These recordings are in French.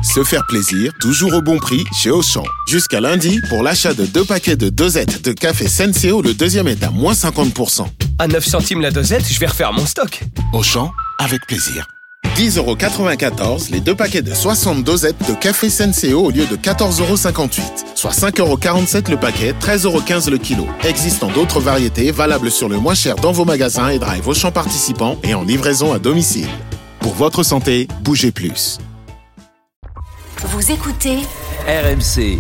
Se faire plaisir, toujours au bon prix chez Auchan. Jusqu'à lundi, pour l'achat de 2 paquets de dosettes de café Senseo, le deuxième est à moins 50%. À 9 centimes la dosette, je vais refaire mon stock. Auchan, avec plaisir. 10,94€ les 2 paquets de 60 dosettes de café Senseo au lieu de 14,58€. Soit 5,47€ le paquet, 13,15€ le kilo. Existant d'autres variétés valables sur le moins cher dans vos magasins et drive Auchan participants et en livraison à domicile. Pour votre santé, bougez plus. Vous écoutez RMC.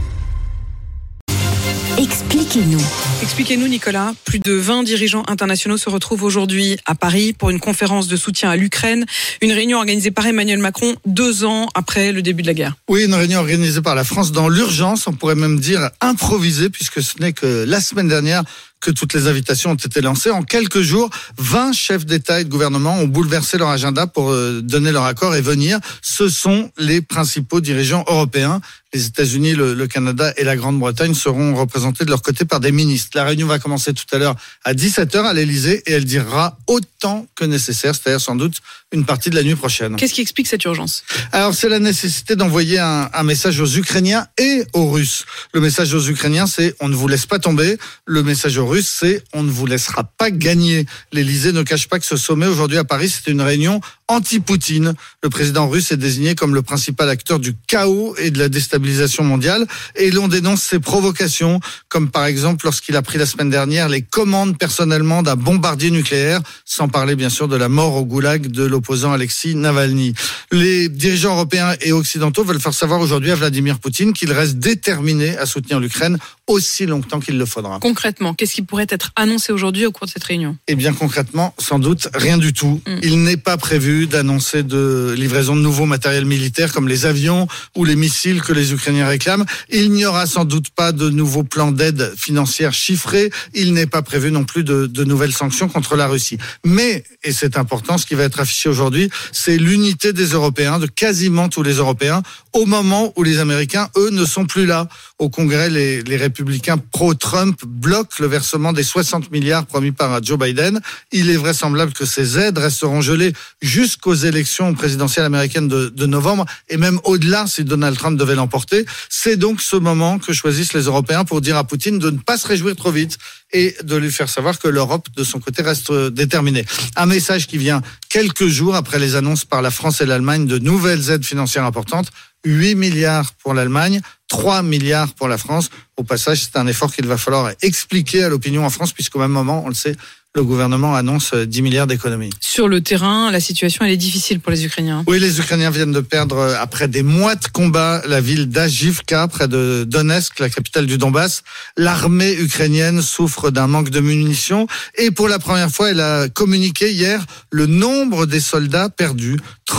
Expliquez-nous. Expliquez-nous, Nicolas. Plus de 20 dirigeants internationaux se retrouvent aujourd'hui à Paris pour une conférence de soutien à l'Ukraine. Une réunion organisée par Emmanuel Macron 2 ans après le début de la guerre. Oui, une réunion organisée par la France dans l'urgence. On pourrait même dire improvisée, puisque ce n'est que la semaine dernière que toutes les invitations ont été lancées. En quelques jours, 20 chefs d'État et de gouvernement ont bouleversé leur agenda pour donner leur accord et venir. Ce sont les principaux dirigeants européens. Les États-Unis, le Canada et la Grande-Bretagne seront représentés de leur côté par des ministres. La réunion va commencer tout à l'heure à 17h à l'Elysée et elle durera autant que nécessaire, c'est-à-dire sans doute une partie de la nuit prochaine. Qu'est-ce qui explique cette urgence ? Alors, c'est la nécessité d'envoyer un message aux Ukrainiens et aux Russes. Le message aux Ukrainiens, c'est « on ne vous laisse pas tomber ». Le message aux Russes, c'est « on ne vous laissera pas gagner ». L'Elysée ne cache pas que ce sommet aujourd'hui à Paris, c'est une réunion anti-Poutine. Le président russe est désigné comme le principal acteur du chaos et de la déstabilisation mondiale. Et l'on dénonce ses provocations, comme par exemple lorsqu'il a pris la semaine dernière les commandes personnellement d'un bombardier nucléaire, sans parler bien sûr de la mort au goulag de l'opposant Alexis Navalny. Les dirigeants européens et occidentaux veulent faire savoir aujourd'hui à Vladimir Poutine qu'il reste déterminé à soutenir l'Ukraine aussi longtemps qu'il le faudra. Concrètement, qu'est-ce qui pourrait être annoncé aujourd'hui au cours de cette réunion ? Eh bien concrètement, sans doute rien du tout. Il n'est pas prévu d'annoncer de livraison de nouveaux matériels militaires comme les avions ou les missiles que les Ukrainiens réclament. Il n'y aura sans doute pas de nouveaux plans d'aide financière chiffrés. Il n'est pas prévu non plus de nouvelles sanctions contre la Russie. Mais, et c'est important, ce qui va être affiché aujourd'hui, c'est l'unité des Européens, de quasiment tous les Européens, au moment où les Américains, eux, ne sont plus là. Au Congrès, les républicains pro-Trump bloquent le versement des 60 milliards promis par Joe Biden. Il est vraisemblable que ces aides resteront gelées jusqu'aux élections présidentielles américaines de novembre et même au-delà si Donald Trump devait l'emporter. C'est donc ce moment que choisissent les Européens pour dire à Poutine de ne pas se réjouir trop vite et de lui faire savoir que l'Europe, de son côté, reste déterminée. Un message qui vient quelques jours après les annonces par la France et l'Allemagne de nouvelles aides financières importantes. 8 milliards pour l'Allemagne, 3 milliards pour la France. Au passage, c'est un effort qu'il va falloir expliquer à l'opinion en France, puisqu'au même moment, on le sait, le gouvernement annonce 10 milliards d'économies. Sur le terrain, la situation elle est difficile pour les Ukrainiens. Oui, les Ukrainiens viennent de perdre, après des mois de combat, la ville d'Ajivka, près de Donetsk, la capitale du Donbass. L'armée ukrainienne souffre d'un manque de munitions et pour la première fois, elle a communiqué hier le nombre des soldats perdus.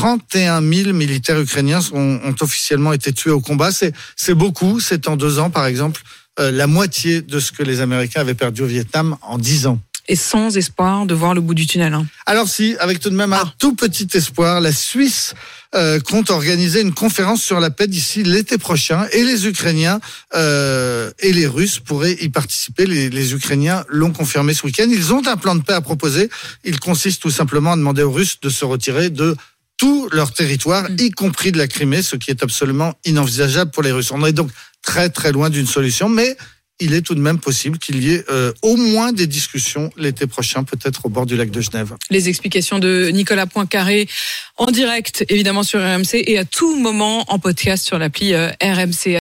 31 000 militaires ukrainiens ont officiellement été tués au combat. C'est beaucoup, c'est en 2 ans, par exemple, la moitié de ce que les Américains avaient perdu au Vietnam en 10 ans. Et sans espoir de voir le bout du tunnel. Alors si, avec tout de même un tout petit espoir, la Suisse compte organiser une conférence sur la paix d'ici l'été prochain et les Ukrainiens et les Russes pourraient y participer. Les Ukrainiens l'ont confirmé ce week-end. Ils ont un plan de paix à proposer. Il consiste tout simplement à demander aux Russes de se retirer de tout leur territoire, y compris de la Crimée, ce qui est absolument inenvisageable pour les Russes. On est donc très très loin d'une solution, mais il est tout de même possible qu'il y ait au moins des discussions l'été prochain, peut-être au bord du lac de Genève. Les explications de Nicolas Poincaré en direct, évidemment sur RMC et à tout moment en podcast sur l'appli RMC.